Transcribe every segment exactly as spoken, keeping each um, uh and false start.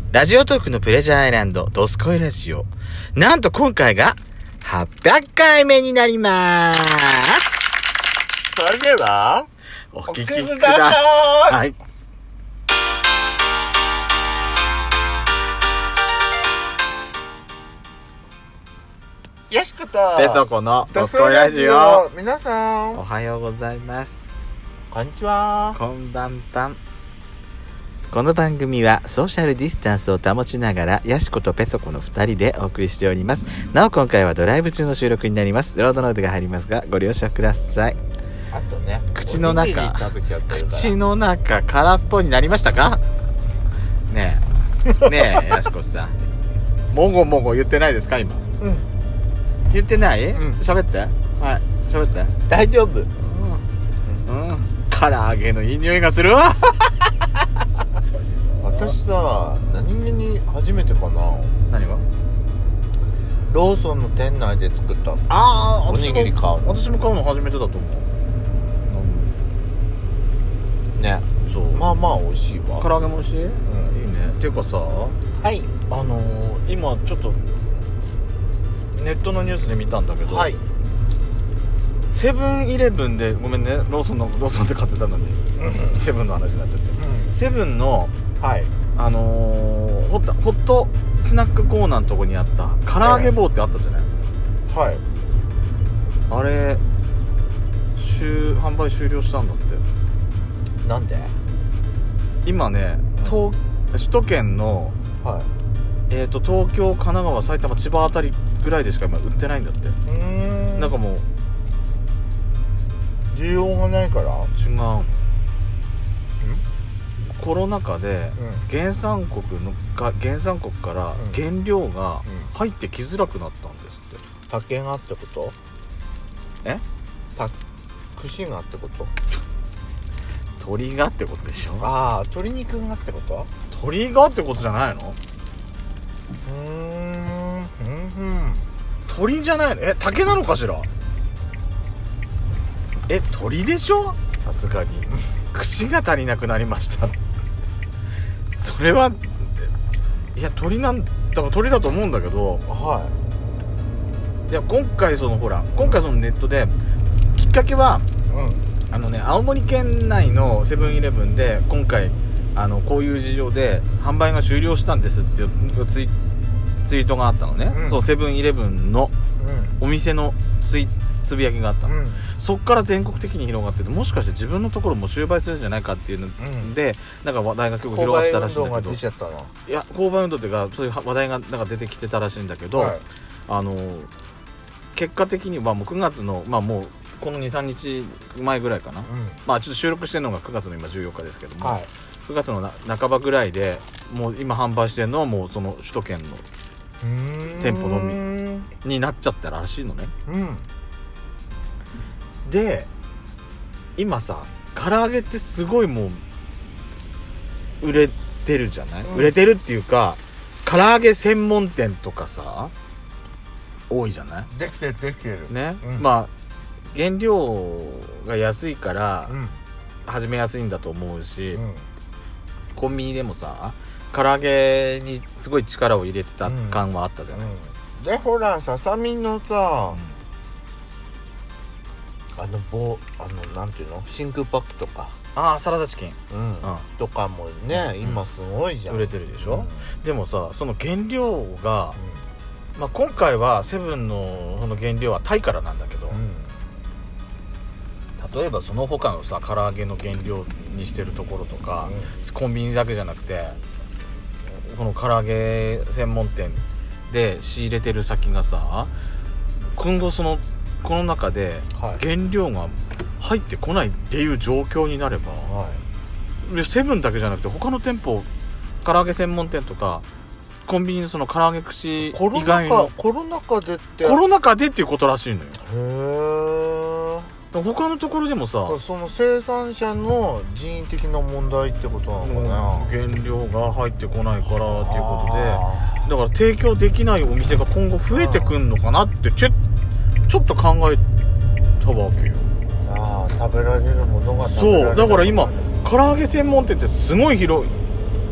ラジオトークのプレジャーアイランドドスコイラジオ。なんと今回がはっぴゃっかいめになりまーす。 それではお聞きください。 よしことペソコのドスコイラジオ。 皆さんおはようございます。 こんにちは。 こんばんぱん。この番組はソーシャルディスタンスを保ちながらヤシコとペソコのふたりでお送りしております。なお今回はドライブ中の収録になります。ロードノートが入りますがご了承ください。 あとね、 口の中おにぎり食べちゃってるから口の中空っぽになりましたか？ねえねえヤシコさん、もごもご言ってないですか今？ うん、 言ってない？ うん、 喋って。はい、喋って。 大丈夫。 うん、うん、唐揚げのいい匂いがするわ。 私さ、何気に初めてかな、 何が？ ローソンの店内で作ったあーおにぎり買うの。 私も買うの初めてだと思うね。 そう、 まあまあ美味しいわ。 唐揚げも美味しい？ うん、 いいね。っていうかさ、 はいあのー、今ちょっとネットのニュースで見たんだけど、 はい。 セブンイレブンで、ごめんね、ローソンのローソンで買ってたのにセブンの話になっちゃって、 うん、 セブンのはい。 あのー、ホット、ホットスナックコーナーのとこにあった唐揚げ棒ってあったじゃない、 はい。 あれ終販売終了したんだって。 なんで？ 今ね、東首都圏の、 はえーと東京、神奈川、埼玉、千葉あたりぐらいでしか今売ってないんだって。 い。うーん。 なんかもう需要がないから。 違うの。コロナ禍でうん。 原産国のが原産国からうん原料がうん。 入ってきづらくなったんですって。 竹がってこと？ え？ た串がってこと？ 鳥がってことでしょ？ ああ、鶏肉がってこと？ 鳥がってことじゃないの？ うーん。うんうん。 鳥じゃないの？え、竹なのかしら？え、鳥でしょ？さすがに串が足りなくなりました。それはいや鳥なん多分鳥だと思うんだけど、 はいや今回そのほら今回そのネットできっかけは、 い。うん。 あのね、青森県内のセブンイレブンで今回あのこういう事情で販売が終了したんですっていうツイ、ツイートがあったのね、 うん、 そうセブンイレブンのうお店のツイつぶやきがあったの、 ん。うん。 そっから全国的に広がってて、もしかして自分のところも終売するんじゃないかっていうので、うん、なんか話題が結構広がってたらしいんだけど、 購買運動が出ちゃったの。 いや購買運動っていうかそういう話題がなんか出てきてたらしいんだけど、 はい、 あの結果的にはもうくがつのまあもうこの にさんにちまえぐらいかな、 うん、 まあちょっと収録してるのがくがつの今じゅうよっかですけども、 はい、 くがつのな半ばぐらいでもう今販売してるのはもうその首都圏の店舗のみになっちゃったらしいのね。 うん。 で今さ唐揚げってすごいもう売れてるじゃない、うん、売れてるっていうか唐揚げ専門店とかさ多いじゃない。 できてるできてるね、 うん、 まあ原料が安いからうん、 始めやすいんだと思うし、うん、コンビニでもさ唐揚げにすごい力を入れてた感はあったじゃない、うんうん、でほらささみのさ、うん、あの棒あのなんていうの真空パックとか、 ああサラダチキン、 うんうん、とかもね、うん、今すごいじゃん、 売れてるでしょ、うん、でもさその原料が、うんまあ、今回はセブンのその原料はタイからなんだけど、うん、例えばその他のさ唐揚げの原料にしてるところとか、うん、コンビニだけじゃなくてこの唐揚げ専門店で仕入れてる先がさ今後そのこの中で原料が入ってこないっていう状況になれば、はい、セブンだけじゃなくて他の店舗唐揚げ専門店とかコンビニのその唐揚げ串以外のコロナ禍でってコロナ禍でっていうことらしいのよ。 へえ。 他のところでもさその生産者の人為的な問題ってことなのかな、 原料が入ってこないからっていうことでだから提供できないお店が今後増えてくんのかなってちょ、ちょっと考えたわけよ。 ああ食べられるものが食べられる。 そうだから今唐揚げ専門店ってすごい広い広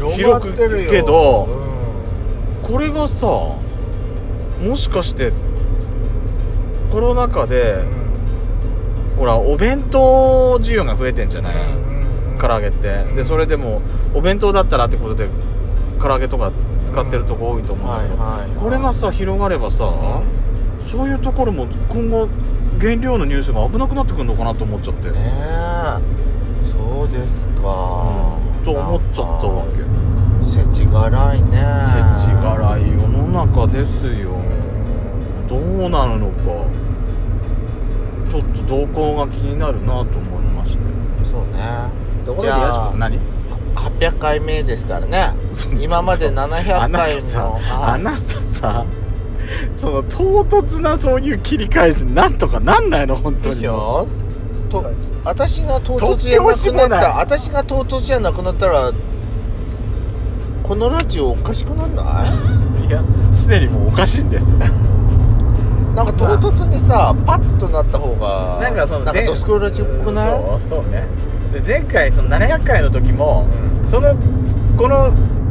広がってるよけど、 うん、 これがさもしかしてコロナ禍で、うん、ほらお弁当需要が増えてんじゃない、うんうん、唐揚げって、うん、でそれでもお弁当だったらってことで唐揚げとか使ってるとこ多いと思うんだけど、うんはいはいはい、これがさ広がればさ、うん、そういうところも今後原料のニュースが危なくなってくるのかなと思っちゃってねえそうですか、 うん、と思っちゃったわけ。 世知辛いね世知辛い世の中ですよ。どうなるのかちょっと動向が気になるなと思いまして。 そうね。 ところでヤシコさん何はっぴゃっかいめですからね今までななひゃっかいもあなたさその唐突なそういう切り返しなんとかなんないの本当によと私が唐突じゃなくなった私が唐突じゃなくなったらこのラジオおかしくなんないいやすでにもうおかしいんですなんか唐突にさ、まあ、パッとなった方がなんかそのなんかドスコイラジっぽくない？ そうそうね。で前回そのななひゃっかいの時も、うん、そのこの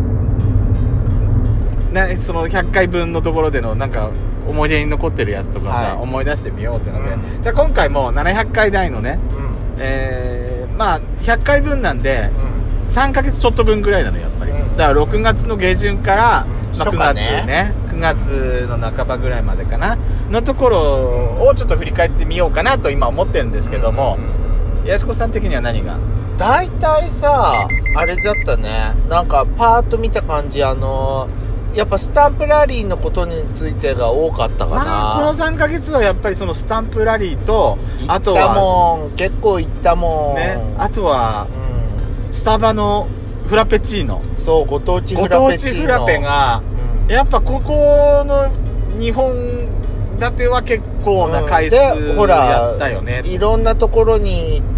なそのひゃっかいぶんのところでのなんか思い出に残ってるやつとかさ、はい、思い出してみようってので、うん、で今回もななひゃっかい台のね、うんえー、まあひゃっかいぶんなんで、うん、さんかげつちょっと分ぐらいなのやっぱり、うん、だからろくがつの下旬から、うんまあ、くがつね, ねくがつの半ばぐらいまでかなのところをちょっと振り返ってみようかなと今思ってるんですけども、うん、やしこさん的には何が大体さあれだったねなんかパーッと見た感じあのやっぱスタンプラリーのことについてが多かったかな、 まあ、このさんかげつはやっぱりそのスタンプラリーとあとは行ったもん結構行ったもん、 ね、あとは、うん、スタバのフラペチーノそうご当地フラペチーノご当地フラペが、うん、やっぱここのにほん立ては結構な回数やったよね、 うん、いろんなところに行って、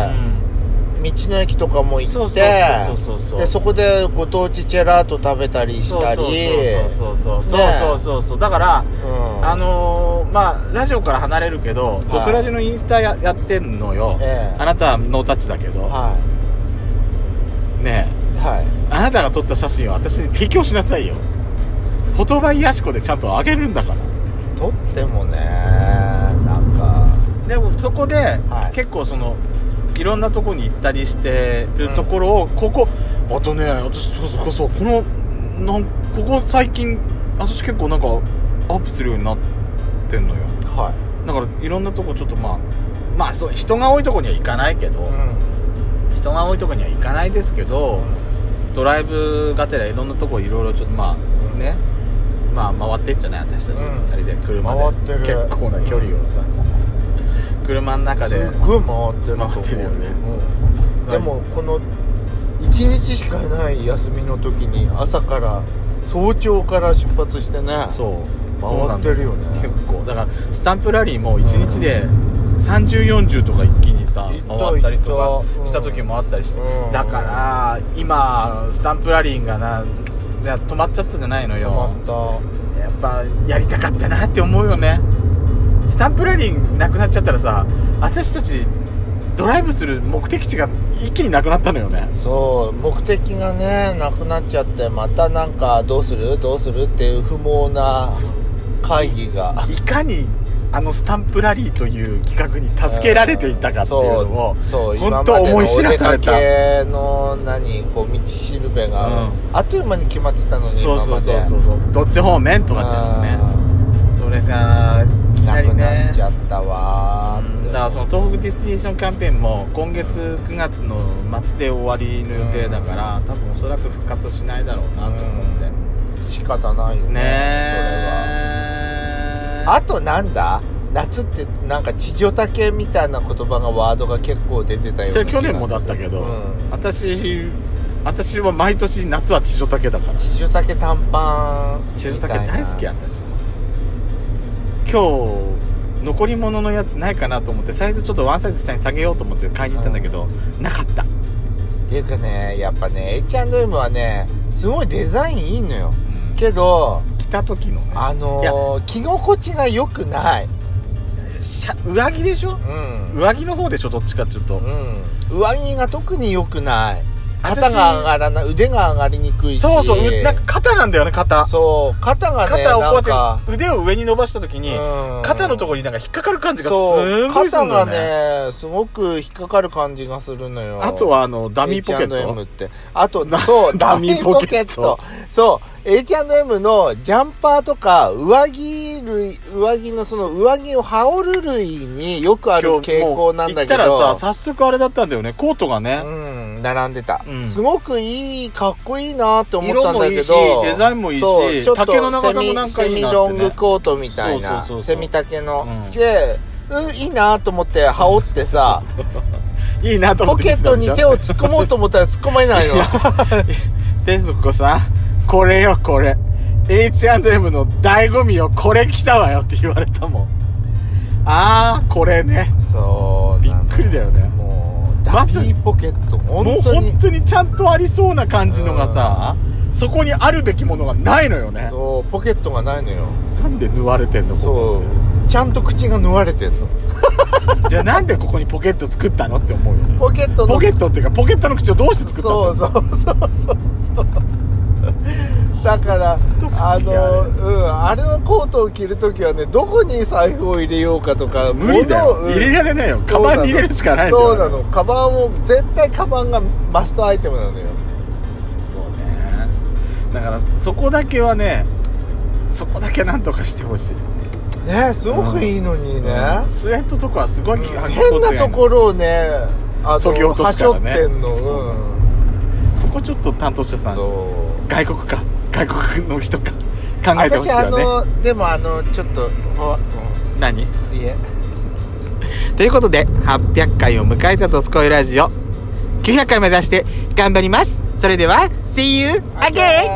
うん、道の駅とかも行ってでそこでご当地ジェラート食べたりしたりそうそうそうそうそうそうそうだから、うん、あのー、まあラジオから離れるけど、はい、ドスラジのインスタ や, やってんのよ、ええ、あなたはノータッチだけど、はい、ねえ、はい、あなたが撮った写真を私に提供しなさいよ。フォトバイヤシコでちゃんとあげるんだから。 撮ってもねなんかでもそこで、はい、結構そのいろんなとこに行ったりしてるところを、うん、ここあとね私そうそうそうこのなんここ最近私結構なんかアップするようになってんのよ。はいだからいろんなとこちょっとまあまあそう人が多いとこには行かないけど、うん、人が多いとこには行かないですけど、うん、ドライブがてらいろんなとこいろいろちょっとまあ、うん、ねまあ回ってんじゃない私たちふたりで車で、うん、結構な距離をさ、うん、車の中ですっごい回ってると思う回ってるよね、 うん、でもこのいちにちしかない休みの時に朝から早朝から出発してねそう回ってるよね結構だからスタンプラリーもいちにちでさんじゅう、よんじゅうとか一気にさ回ったりとかした時もあったりして、うん、だから今スタンプラリーがな止まっちゃったじゃないのよ。 止まった。 やっぱやりたかったなって思うよね。スタンプラリーなくなっちゃったらさ私たちドライブする目的地が一気になくなったのよね。 そう目的がねなくなっちゃってまたなんかどうするどうするっていう不毛な会議がいかにあのスタンプラリーという企画に助けられていたかっていうのを、 そう本当思い知らされた。 俺だけの何こう道しるべが、うん、あっという間に決まってたのにそうそうそうそうそうどっち方面とかっていうのねそれがいきなりねなくなっちゃったわーって、 うん、だからその東北ディスティネーションキャンペーンも今月くがつの末で終わりの予定だから、うん、多分おそらく復活しないだろうなと思って、 うん、仕方ないよね、 ねそれは。あとなんだ夏ってなんか地上丈みたいな言葉がワードが結構出てたような気がする。 それ去年もだったけど、うん、私私は毎年夏は地上丈だから地上丈短パン地上丈大好き私今日残り物のやつないかなと思ってサイズちょっとワンサイズ下に下げようと思って買いに行ったんだけど、うん、なかったっていうかねやっぱね エイチアンドエム はねすごいデザインいいのよ、うん、けど着た時のねあのー、着心地が良くない上着でしょ、うん、上着の方でしょどっちかっていうと、 うん、上着が特に良くない肩が上がらない、腕が上がりにくいし。 そうそう、なんか肩なんだよね、肩。 そう、肩がね、 肩をこうやって、 腕を上に伸ばした時に、肩のところになんか引っかかる感じがすごいするんだよね。肩がね、すごく引っかかる感じがするのよ。あとはあの、ダミーポケット。エイチアンドエム って。 あと、そう、ダミーポケット。そう、エイチアンドエム のジャンパーとか、上着類、上着のその上着を羽織る類によくある傾向なんだけど。 行ったらさ、早速あれだったんだよね、コートがね。 うん、並んでた。うん、すごくいい、かっこいいなって思ったんだけど。 色もいいし、デザインもいいし、そうちょっと丈の長さもなんかいいなって、ね、セミロングコートみたいな、そうそうそうそうセミ丈の。うん、で、うん、いいなと思って羽織ってさ、 いいなと思ってポケットに手を突っ込もうと思ったら突っ込めないの。 ペソコさん、これよこれ。エイチアンドエム の醍醐味よ、これ来たわよって言われたもん。あー、これね。 そう。 びっくりだよね。 もう、ダミーポケット、 本当に。もう本当にちゃんとありそうな感じのがさ、そこにあるべきものがないのよね。 そう、ポケットがないのよ。 なんで縫われてんの？ そう。ちゃんと口が縫われてんの。 じゃあなんでここにポケット作ったのって思うよね。 ポケットのポケットっていうかポケットの口をどうして作ったの？ そうそうそうそうそう。だからあのうんあれのコートを着るときはね、どこに財布を入れようかとか無理だよ、うん、入れられないよ。カバンに入れるしかないんだよ。 そうなの。カバンも絶対カバンがマストアイテムなのよ。 そうね。だからそこだけはね、そこだけなんとかしてほしいね。すごくいいのにね、 うん、スウェットとかはすごい、うん、 変なところをね、あのはしょってんの、うん、 そこちょっと担当者さん外国か外国の人か考えてほしいよね。 私あのでもあのちょっと、うん、 何？ いえということではっぴゃっかいを迎えたドスコイラジオきゅうひゃっかい目指して頑張ります。それでは See you again!